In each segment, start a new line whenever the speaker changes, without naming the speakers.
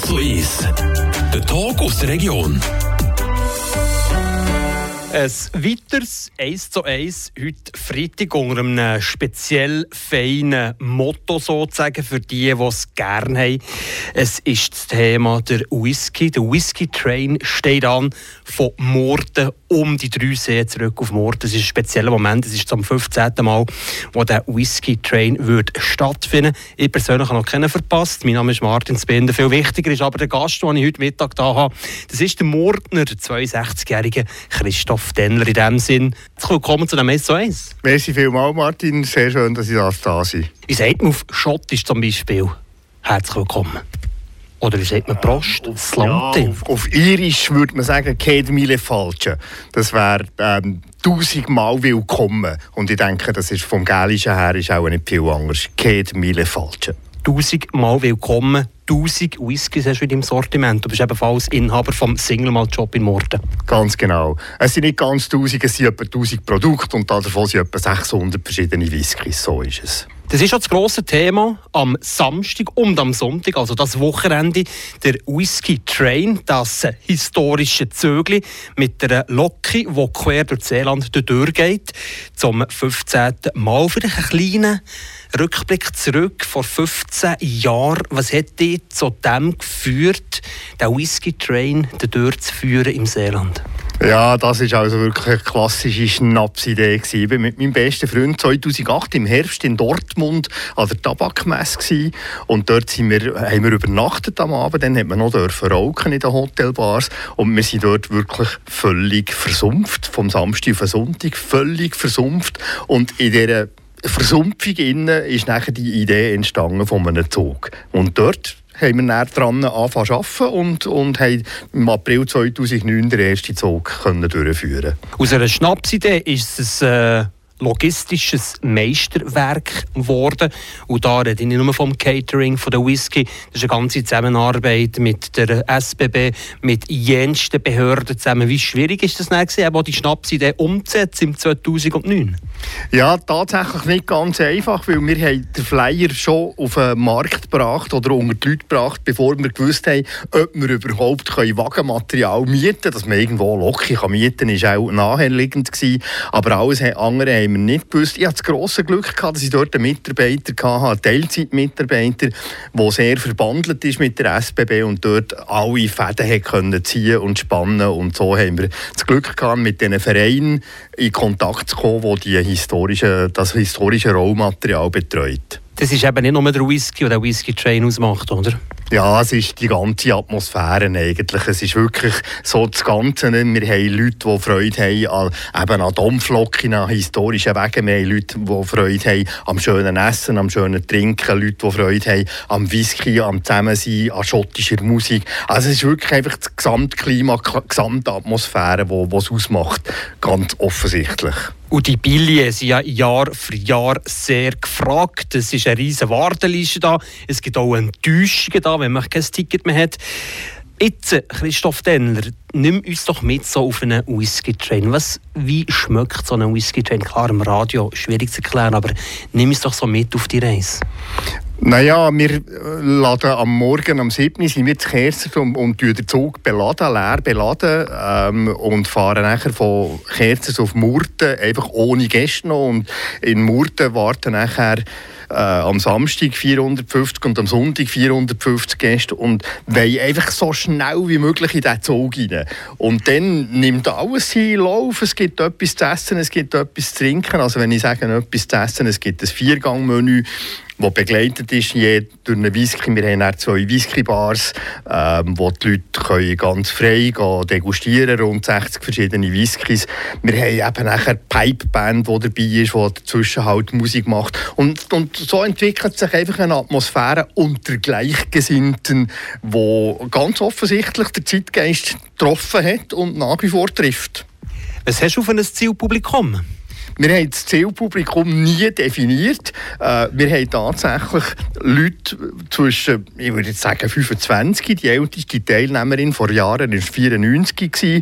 1:1. Der Talk aus der Region.
Ein weiteres 1:1 heute Freitag unter einem speziell feinen Motto sozusagen für die es gerne haben. Es ist das Thema der Whisky. Der Whisky Train steht an von Murten um die 3 Seen zurück auf Murten. Es ist ein spezieller Moment. Es ist zum 15. Mal, wo der Whisky Train wird stattfinden. Ich persönlich habe noch keinen verpasst. Mein Name ist Martin Zbinder. Viel wichtiger ist aber der Gast, den ich heute Mittag da habe. Das ist der Murtner, der 62-jährige Christoph Denler. In diesem Sinn, willkommen zu dem 1:1.
Merci vielmals, Martin. Sehr schön, dass ich da bin.
Wie sagt man auf Schottisch zum Beispiel? Herzlich willkommen. Oder wie sagt man Prost?
Auf Irisch würde man sagen, «Keed mille falsche». Das wäre 1000-mal willkommen. Und ich denke, das ist vom Gälischen her ist auch nicht viel anders. «Keed mille falsche».
1000-mal willkommen. 1000 Whiskys hast du in deinem Sortiment. Du bist ebenfalls Inhaber vom Single Malt Shop in Murten.
Ganz genau. Es sind nicht ganz 1000, es sind etwa 1000 Produkte und davon sind etwa 600 verschiedene Whiskys. So ist es.
Das ist auch das grosse Thema am Samstag und am Sonntag, also das Wochenende, der Whisky Train, das historische Zögli mit der Loki, die quer durch Seeland durchgeht, zum 15. Mal. Vielleicht einen kleinen Rückblick zurück, vor 15 Jahren. Was hat dich zu dem geführt, den Whisky Train durchzuführen im Seeland?
Ja, das war also wirklich eine klassische Schnapsidee. Ich war mit meinem besten Freund 2008 im Herbst in Dortmund an der Tabakmesse. Und dort haben wir übernachtet am Abend. Dann hat man noch rauchen in den Hotelbars. Und wir sind dort wirklich völlig versumpft. Vom Samstag auf den Sonntag völlig versumpft. Und in dieser Versumpfung innen ist nachher die Idee entstanden von einem Zug. Und dort haben wir näher dran angefangen zu arbeiten und haben im April 2009 den ersten Zug durchführen.
Aus einer Schnapsidee ist es logistisches Meisterwerk geworden. Und da rede ich nicht nur vom Catering, von der Whisky. Das ist eine ganze Zusammenarbeit mit der SBB, mit jensten Behörden zusammen. Wie schwierig ist das dann gewesen, die Schnapsidee umzusetzen im 2009?
Ja, tatsächlich nicht ganz einfach, weil wir haben den Flyer schon auf den Markt gebracht oder unter die Leute gebracht, bevor wir gewusst haben, ob wir überhaupt Wagenmaterial mieten können. Dass man irgendwo Loki mieten kann, war auch naheliegend gewesen. Aber alles andere haben wir nicht gewusst. Ich hatte das grosse Glück gehabt, dass ich dort einen Mitarbeiter hatte, einen Teilzeitmitarbeiter, der sehr verbandelt ist mit der SBB und dort alle Fäden können ziehen und spannen. Und so haben wir das Glück gehabt, mit diesen Vereinen in Kontakt zu kommen, die das historische Rohmaterial betreut.
Das ist eben nicht nur der Whisky, der den Whisky Train ausmacht, oder?
Ja, es ist die ganze Atmosphäre eigentlich. Es ist wirklich so das Ganze. Wir haben Leute, die Freude haben an Dampfloken, an historischen Wegen. Wir haben Leute, die Freude haben am schönen Essen, am schönen Trinken. Leute, die Freude haben am Whisky, am Zusammensein, an schottischer Musik. Also es ist wirklich einfach das Gesamtklima, die Gesamtatmosphäre, die es ausmacht. Ganz offensichtlich.
Und die Billionen sind ja Jahr für Jahr sehr gefragt. Es ist eine riesige Warteliste da. Es gibt auch Enttäuschungen da, wenn man kein Ticket mehr hat. Jetzt, Christoph Denler, nimm uns doch mit so auf einen Whisky-Train. Wie schmeckt so ein Whisky-Train? Klar, im Radio schwierig zu erklären, aber nimm uns doch so mit auf die Reise.
Naja, wir laden am Morgen um 7 Uhr sind wir zu Kerzers und den Zug leer beladen und fahren nachher von Kerzers auf Murten, einfach ohne Gäste noch. Und in Murten warten nachher am Samstag 450 und am Sonntag 450 Gäste und wollen einfach so schnell wie möglich in diesen Zug rein. Und dann nimmt alles seinen Lauf. Es gibt etwas zu essen, es gibt etwas zu trinken. Also wenn ich sage etwas zu essen, es gibt ein 4-Gang-Menü, das begleitet ist durch einen Whisky. Wir haben auch 2 Whisky-Bars, wo die Leute ganz frei degustieren können, rund 60 verschiedene Whiskys. Wir haben eben nachher eine Pipeband, die dabei ist, die dazwischen halt Musik macht. Und so entwickelt sich einfach eine Atmosphäre unter Gleichgesinnten, die ganz offensichtlich den Zeitgeist getroffen hat und nach wie vor trifft.
Was hast du für ein Zielpublikum?
Wir haben das Zielpublikum nie definiert. Wir haben tatsächlich Leute zwischen, ich würde jetzt sagen, 25. Die älteste Teilnehmerin vor Jahren war 94.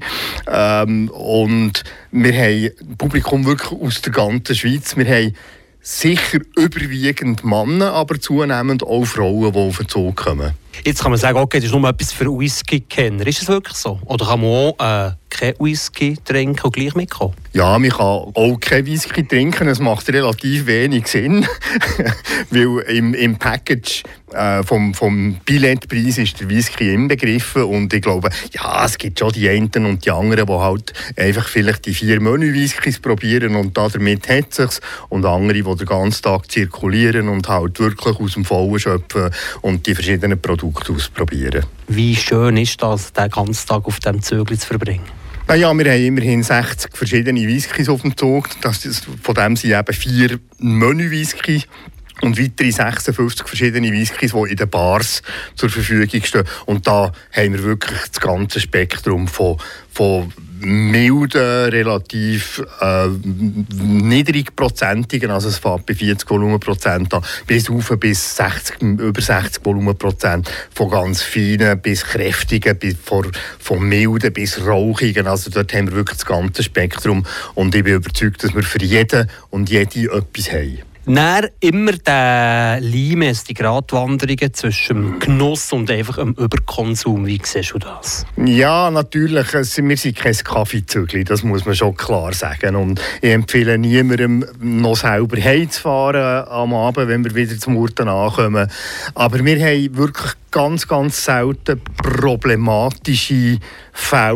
Und wir haben ein Publikum wirklich aus der ganzen Schweiz. Wir haben sicher überwiegend Männer, aber zunehmend auch Frauen, die auf den Zug kommen.
Jetzt kann man sagen, okay, das ist nur etwas für Whisky-Kenner. Ist es wirklich so? Oder kann man auch kein Whisky trinken und gleich mitkommen?
Ja, man kann auch kein Whisky trinken. Es macht relativ wenig Sinn, weil im Package vom Billetpreis ist der Whisky inbegriffen. Und ich glaube, ja, es gibt schon die einen und die anderen, die halt einfach vielleicht die 4 Menü-Whiskys probieren und damit hat es sich. Und andere, die den ganzen Tag zirkulieren und halt wirklich aus dem Vollen schöpfen und die verschiedenen Produkte ausprobieren.
Wie schön ist das, den ganzen Tag auf diesem Zügel zu verbringen?
Ja, wir haben immerhin 60 verschiedene Whiskys auf dem Zug. Von dem sind eben 4 Menü-Whisky und weitere 56 verschiedene Whiskys, die in den Bars zur Verfügung stehen. Und da haben wir wirklich das ganze Spektrum von milden, relativ niedrigprozentigen, also es fängt bei 40 Volumenprozent an, bis über 60 Volumenprozent, von ganz feinen bis kräftigen, von milden bis rauchigen, also dort haben wir wirklich das ganze Spektrum und ich bin überzeugt, dass wir für jeden und jede etwas haben.
Dann immer der Limes, die Gratwanderungen zwischen dem Genuss und einfach dem Überkonsum. Wie siehst du das?
Ja, natürlich. Wir sind kein Kaffeezügli, das muss man schon klar sagen. Und ich empfehle niemandem, noch selber heimzufahren am Abend, wenn wir wieder zum Murten ankommen. Aber wir haben wirklich ganz, ganz selten problematische Fälle,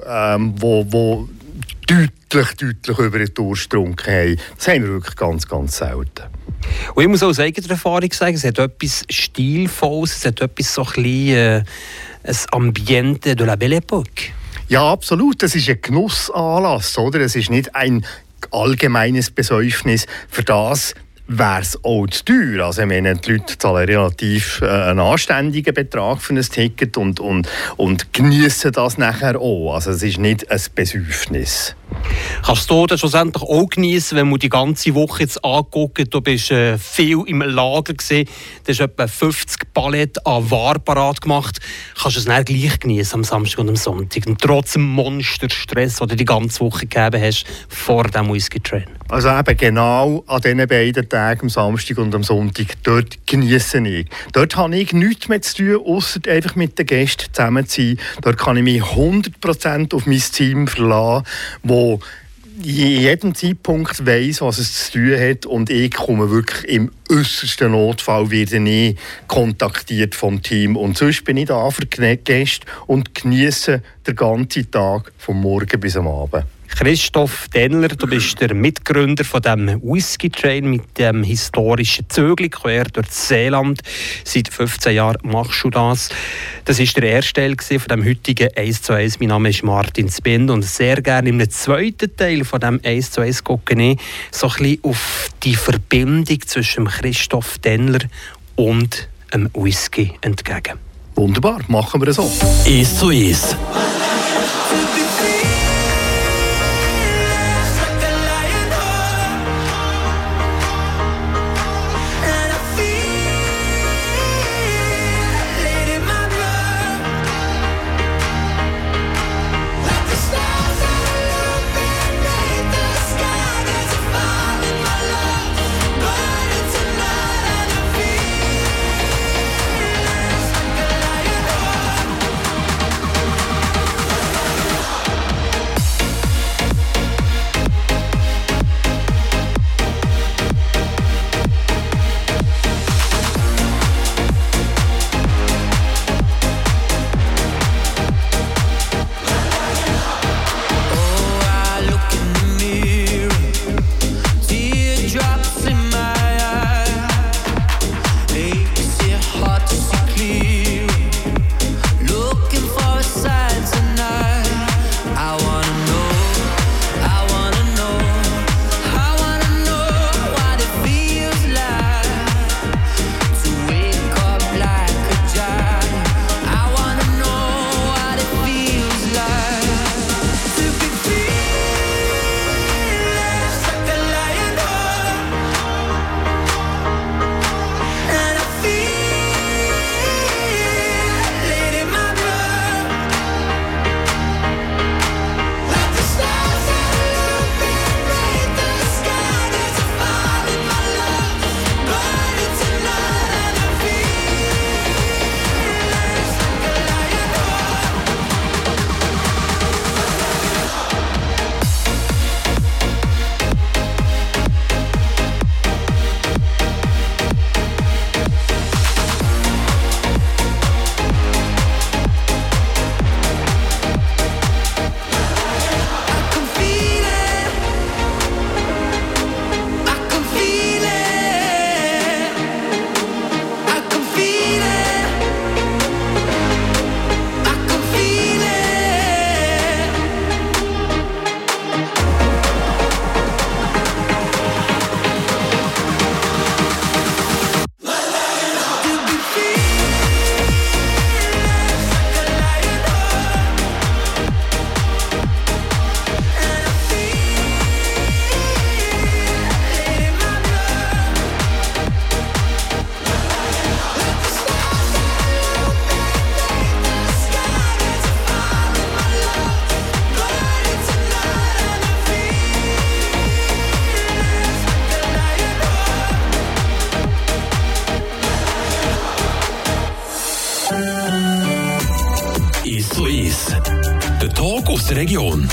wo deutlich über den Durst getrunken haben. Das haben wir wirklich ganz, ganz selten.
Und ich muss aus eigener Erfahrung sagen, es hat etwas Stilvolles, es hat etwas so ein bisschen ein Ambiente de la Belle Époque.
Ja, absolut. Das ist ein Genussanlass, oder? Es ist nicht ein allgemeines Besäufnis. Für das wäre es auch zu teuer. Also, ich meine, die Leute zahlen relativ einen anständigen Betrag für ein Ticket und genießen das nachher auch. Also, es ist nicht ein Besäufnis.
Kannst du das schlussendlich auch genießen, wenn du die ganze Woche jetzt anguckst? Du bist viel im Lager gewesen, du hast etwa 50 Paletten an Ware parat gemacht. Kannst du es dann gleich genießen am Samstag und am Sonntag? Und trotz dem Monsterstress, den du die ganze Woche gegeben hast vor dem Whisky-Train?
Also eben genau an diesen beiden Tagen, am Samstag und am Sonntag, dort genieße ich. Dort habe ich nichts mehr zu tun, ausser einfach mit den Gästen zusammen zu sein. Dort kann ich mich 100% auf mein Team verlassen, wo in jedem Zeitpunkt weiss, was es zu tun hat und ich komme wirklich im äußersten Notfall werde ich kontaktiert vom Team und sonst bin ich da für die Gäste und genieße den ganzen Tag vom Morgen bis am Abend.
Christoph Dennler, du bist der Mitgründer von dem Whisky-Train mit dem historischen Zögli quer durch das Seeland. Seit 15 Jahren machst du das. Das war der erste Teil von dem heutigen 1:1. Mein Name ist Martin Zbind und sehr gerne im zweiten Teil von dem 1:1 gucke ich so ein bisschen auf die Verbindung zwischen Christoph Dennler und dem Whisky entgegen.
Wunderbar, machen wir das so.
1:1. zu 1. Der Talk aus der Region.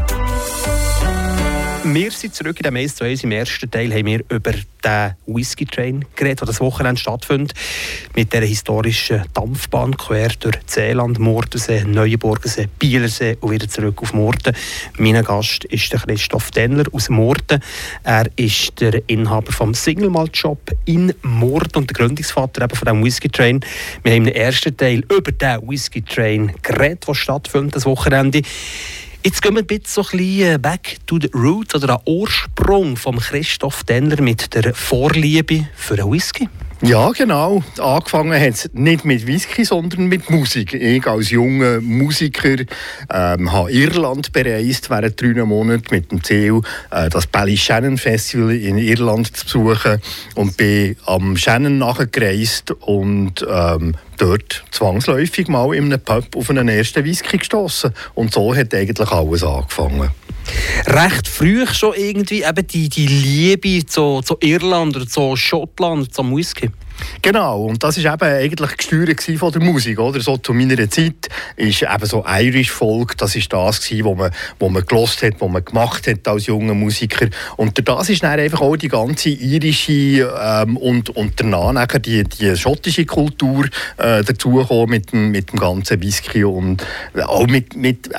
Wir sind zurück in dem 1 zu 1. Im ersten Teil haben wir über den Whisky Train geredet, der das Wochenende stattfindet. Mit dieser historischen Dampfbahn quer durch Seeland, Murtensee, Neuenburgensee, Bielersee und wieder zurück auf Murten. Mein Gast ist der Christoph Denner aus Murten. Er ist der Inhaber vom Single Malt Shop in Murten und der Gründungsvater eben von diesem Whisky Train. Wir haben im ersten Teil über den Whisky Train geredet, der stattfindet das Wochenende. Jetzt gehen wir ein bisschen back to the roots oder an Ursprung von Christoph Denner mit der Vorliebe für den Whisky.
Ja, genau. Angefangen hat es nicht mit Whisky, sondern mit Musik. Ich als junger Musiker habe Irland bereist während 3 Monaten mit dem Ziel, das Ballyshannon Festival in Irland zu besuchen. Und bin am Shannon nachgereist und dort zwangsläufig mal in einem Pub auf einen ersten Whisky gestossen. Und so hat eigentlich alles angefangen.
Recht früh schon irgendwie eben die Liebe zu Irland oder zu Schottland, zum Whisky.
Genau, und das war eben eigentlich gesteuert von der Musik. Oder? So zu meiner Zeit ist eben so Irish Folk, das war das, was man gehört hat, was man gemacht hat als junger Musiker. Und das ist dann einfach auch die ganze irische und danach nachher die schottische Kultur dazugekommen mit dem ganzen Whisky und auch mit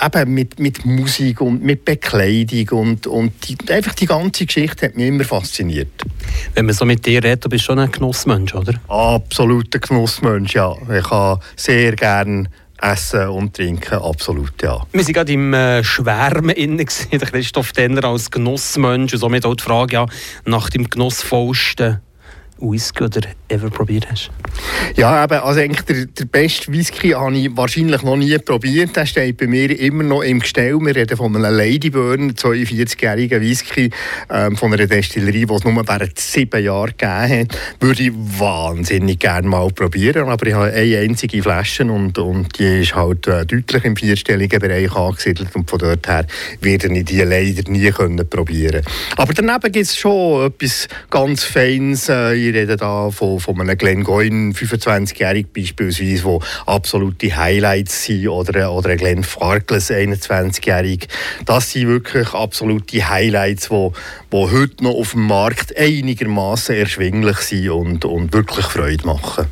Musik und mit Bekleidung und einfach die ganze Geschichte hat mich immer fasziniert.
Wenn man so mit dir redet, du bist schon ein Genussmensch, oder?
Absoluter Genussmensch, ja. Ich kann sehr gerne essen und trinken, absolut, ja.
Wir waren gerade im Schwärmen innen, der Christoph Denner als Genussmensch und somit auch die Frage ja, nach dem genussvollsten Whisky oder ever probiert hast?
Ja, eben, also eigentlich der beste Whisky habe ich wahrscheinlich noch nie probiert. Der steht bei mir immer noch im Gestell. Wir reden von einem Ladyburn, 42-jährigen Whisky von einer Destillerie, die es nur während 7 Jahren gegeben hat. Würde ich wahnsinnig gerne mal probieren. Aber ich habe eine einzige Flasche und die ist halt deutlich im 4-stelligen Bereich angesiedelt. Und von dort her werde ich die leider nie probieren können. Aber daneben gibt es schon etwas ganz Feines. Ich rede da von einem Glengoyne 25-jährig beispielsweise, wo absolute Highlights sind, oder ein Glenfarclas 21-jährig. Das sind wirklich absolute Highlights, die heute noch auf dem Markt einigermaßen erschwinglich sind und wirklich Freude machen.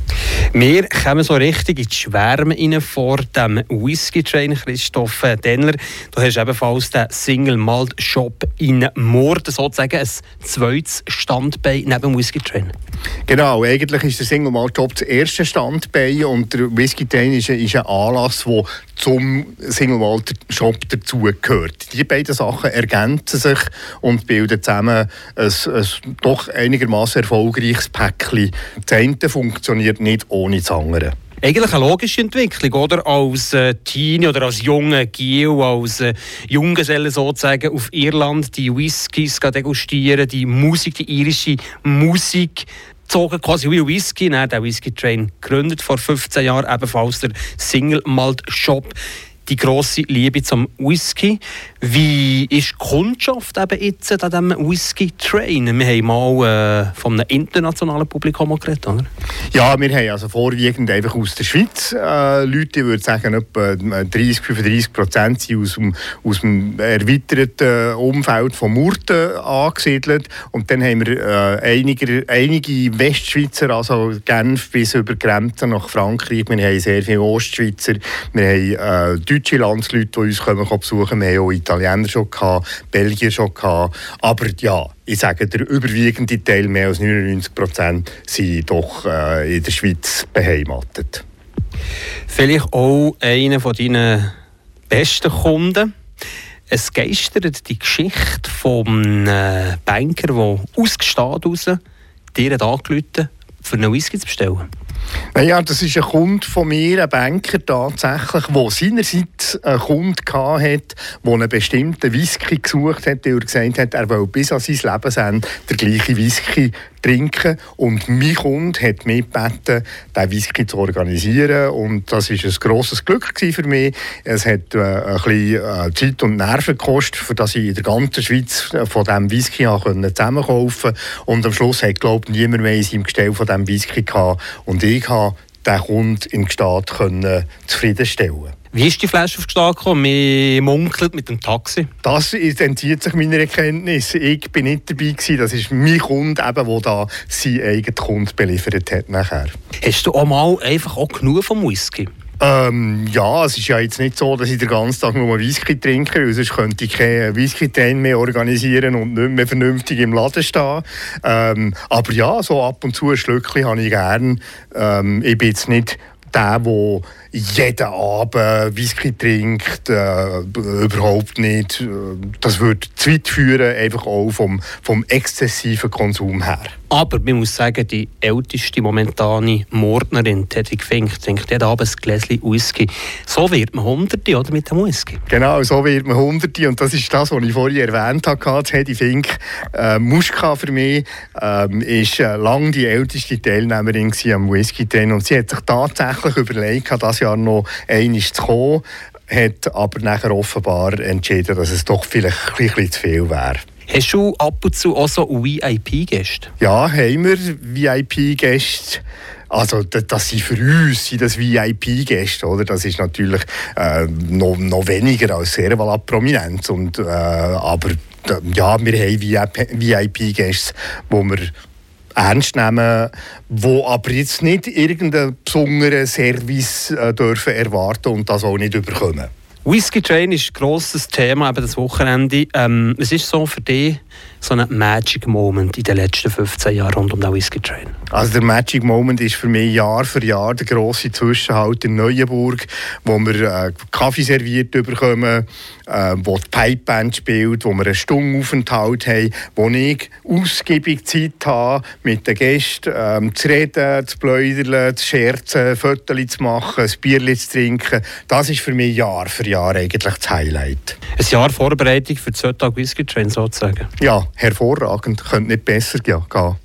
Wir kommen so richtig in die Schwärme rein vor dem Whisky Train, Christoph Denner. Du hast ebenfalls den Single Malt Shop in Murten, sozusagen ein zweites Standbein neben dem Whisky Train.
Genau, eigentlich ist der Single Malt Shop das erste Standbein und der Whisky Train ist ein Anlass, der zum Single Malt Shop dazugehört. Die beiden Sachen ergänzen sich und bilden zusammen ein doch einigermaßen erfolgreiches Päckchen. Das eine funktioniert nicht ohne das andere.
Eigentlich eine logische Entwicklung, oder? Als Teenie oder als junger Giel, als Junggeselle sozusagen auf Irland die Whiskys degustieren, die Musik, die irische Musik gezogen, quasi wie Whisky. Dann der Whisky Train gegründet vor 15 Jahren, ebenfalls der Single Malt Shop. Die grosse Liebe zum Whisky. Wie ist die Kundschaft eben jetzt an diesem Whisky Train? Wir haben mal von einem internationalen Publikum geredet, oder?
Ja, wir haben also vorwiegend einfach aus der Schweiz Leute, ich würde sagen, etwa 30-35% sind aus dem erweiterten Umfeld von Murten angesiedelt. Und dann haben wir einige Westschweizer, also Genf bis über Grenzen nach Frankreich. Wir haben sehr viele Ostschweizer. Wir haben deutsche Landsleute, die uns besuchen können. Wir haben auch Italiener schon gehabt, Belgier schon gehabt. Aber ja, ich sage, der überwiegende Teil, mehr als 99%, sind doch in der Schweiz beheimatet.
Vielleicht auch einer von deinen besten Kunden. Es geistert die Geschichte vom Banker, der ausgestanden raus dir hat angerufen, für einen Whisky zu bestellen.
Ja, das ist ein Kunde von mir, ein Banker tatsächlich, der seinerseits einen Kunden hatte, der einen bestimmten Whisky gesucht hat, der gesagt hat, er will bis an sein Lebensende den gleichen Whisky trinken. Und mein Kunde hat mich gebeten, diesen Whisky zu organisieren. Und das war ein grosses Glück für mich. Es hat ein bisschen Zeit und Nerven gekostet, für dass ich in der ganzen Schweiz von diesem Whisky zusammenkaufen konnte. Und am Schluss hat, glaube ich, niemand mehr in seinem Gestell von diesem Whisky gehabt. Und ich konnte den Kunden in Gstaad zufriedenstellen.
Wie ist die Flasche auf Gestalt gekommen? Wir munkelt mit dem Taxi.
Das entzieht sich meiner Kenntnis. Ich bin nicht dabei gewesen. Das ist mein Kunde, eben, der da seinen eigenen Kunden beliefert hat nachher.
Hast du auch mal einfach auch genug vom Whisky?
Ja, es ist ja jetzt nicht so, dass ich den ganzen Tag nur Whisky trinke, weil sonst könnte ich keinen Whisky-Train mehr organisieren und nicht mehr vernünftig im Laden stehen. Aber ja, so ab und zu ein Schlückchen habe ich gern. Ich bin jetzt nicht der jeden Abend Whisky trinkt, überhaupt nicht. Das würde zu weit führen, einfach auch vom exzessiven Konsum her.
Aber man muss sagen, die älteste momentane Mordnerin, Hedwig Fink, trinkt jeden Abend ein Gläschen Whisky. So wird man Hunderte, oder, mit dem Whisky? Genau,
so wird man Hunderte. Und das ist das, was ich vorhin erwähnt habe. Hedwig Fink, Muschka für mich, ist lange die älteste Teilnehmerin am Whisky-Train. Und sie hat sich tatsächlich überlegt, das Jahr noch einmal zu kommen, hat aber nachher offenbar entschieden, dass es doch vielleicht ein bisschen zu viel wäre.
Hast du ab und zu auch so VIP-Gäste?
Ja, haben wir VIP-Gäste. Also das sind für uns das VIP-Gäste, oder? Das ist natürlich noch weniger als Servalat-Prominenz. Aber ja, wir haben VIP-Gäste, wo wir ernst nehmen, die aber jetzt nicht irgendeinen besonderen Service dürfen erwarten und das auch nicht bekommen.
Whisky Train ist ein grosses Thema, eben das Wochenende. Was ist so für dich so ein Magic Moment in den letzten 15 Jahren rund um den Whisky Train?
Also der Magic Moment ist für mich Jahr für Jahr der grosse Zwischenhalt in Neuenburg, wo wir Kaffee serviert bekommen, wo die Pipeband spielt, wo wir einen Stundenaufenthalt haben, wo ich ausgiebig Zeit habe, mit den Gästen zu reden, zu plaudern, zu scherzen, Fotos zu machen, ein Bierchen zu trinken. Das ist für mich Jahr für Jahr eigentlich das Highlight.
Ein Jahr Vorbereitung für die 2 Tage Whisky Train sozusagen?
Ja, hervorragend. Könnte nicht besser gehen.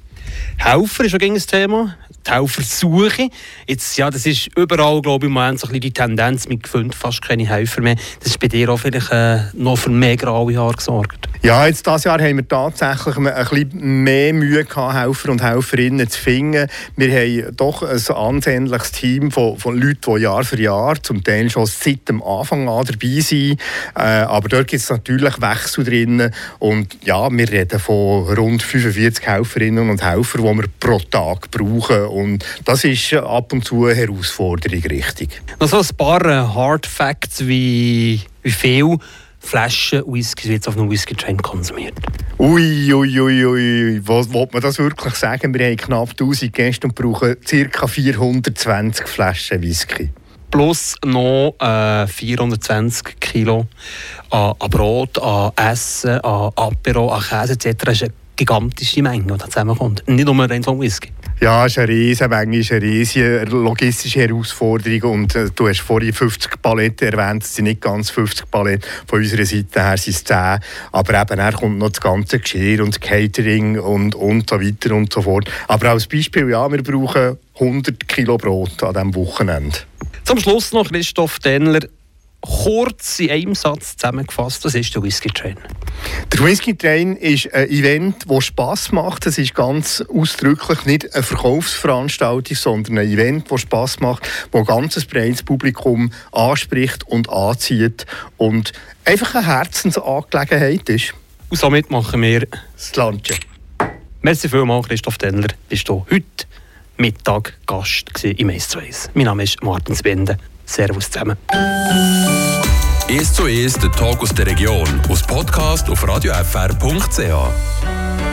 Helfer ist auch ein Thema. Die Helfersuche. Jetzt, ja, das ist überall, glaube ich, im Moment so ein bisschen die Tendenz, man findet fast keine Helfer mehr. Das ist bei dir auch vielleicht noch für mehr graue Haare gesorgt.
Ja, jetzt dieses Jahr haben wir tatsächlich ein bisschen mehr Mühe gehabt, Helfer und Helferinnen zu finden. Wir haben doch ein ansehnliches Team von Leuten, die Jahr für Jahr, zum Teil schon seit dem Anfang an dabei sind. Aber dort gibt es natürlich Wechsel drin. Und ja, wir reden von rund 45 Helferinnen und Helfern, die wir pro Tag brauchen. Und das ist ab und zu eine Herausforderung, richtig.
Noch so ein paar Hard Facts, wie viel Flaschen Whisky wird auf einem Whisky Train konsumiert?
Ui. Was will man das wirklich sagen? Wir haben knapp 1000 Gäste und brauchen ca. 420 Flaschen Whisky.
Plus noch 420 Kilo an Brot, an Essen, an Apero, an Käse etc. Das ist eine gigantische Menge, die da zusammenkommt. Nicht nur rein vom Whisky.
Ja, es ist eine Riesenmenge, es ist eine riesige logistische Herausforderung. Und du hast vorhin 50 Paletten erwähnt, es sind nicht ganz 50 Paletten. Von unserer Seite her sind es 10. Aber eben, dann kommt noch das ganze Geschirr und das Catering und so weiter und so fort. Aber als Beispiel, ja, wir brauchen 100 Kilo Brot an diesem Wochenende.
Zum Schluss noch Christoph Denler. Kurz in einem Satz zusammengefasst, was ist der Whisky Train?
Der Whisky Train ist ein Event, das Spass macht. Es ist ganz ausdrücklich nicht eine Verkaufsveranstaltung, sondern ein Event, das Spass macht, das ein ganz breites Publikum anspricht und anzieht und einfach eine Herzensangelegenheit ist.
Und somit machen wir
das Lunchen.
Merci vielmals, Christoph Denler. Bist du heute Mittag Gast im 1:1. Mein Name ist Martin Spende. Servus zusammen.
1:1, der Talk aus der Region. Aus Podcast auf radiofr.ch.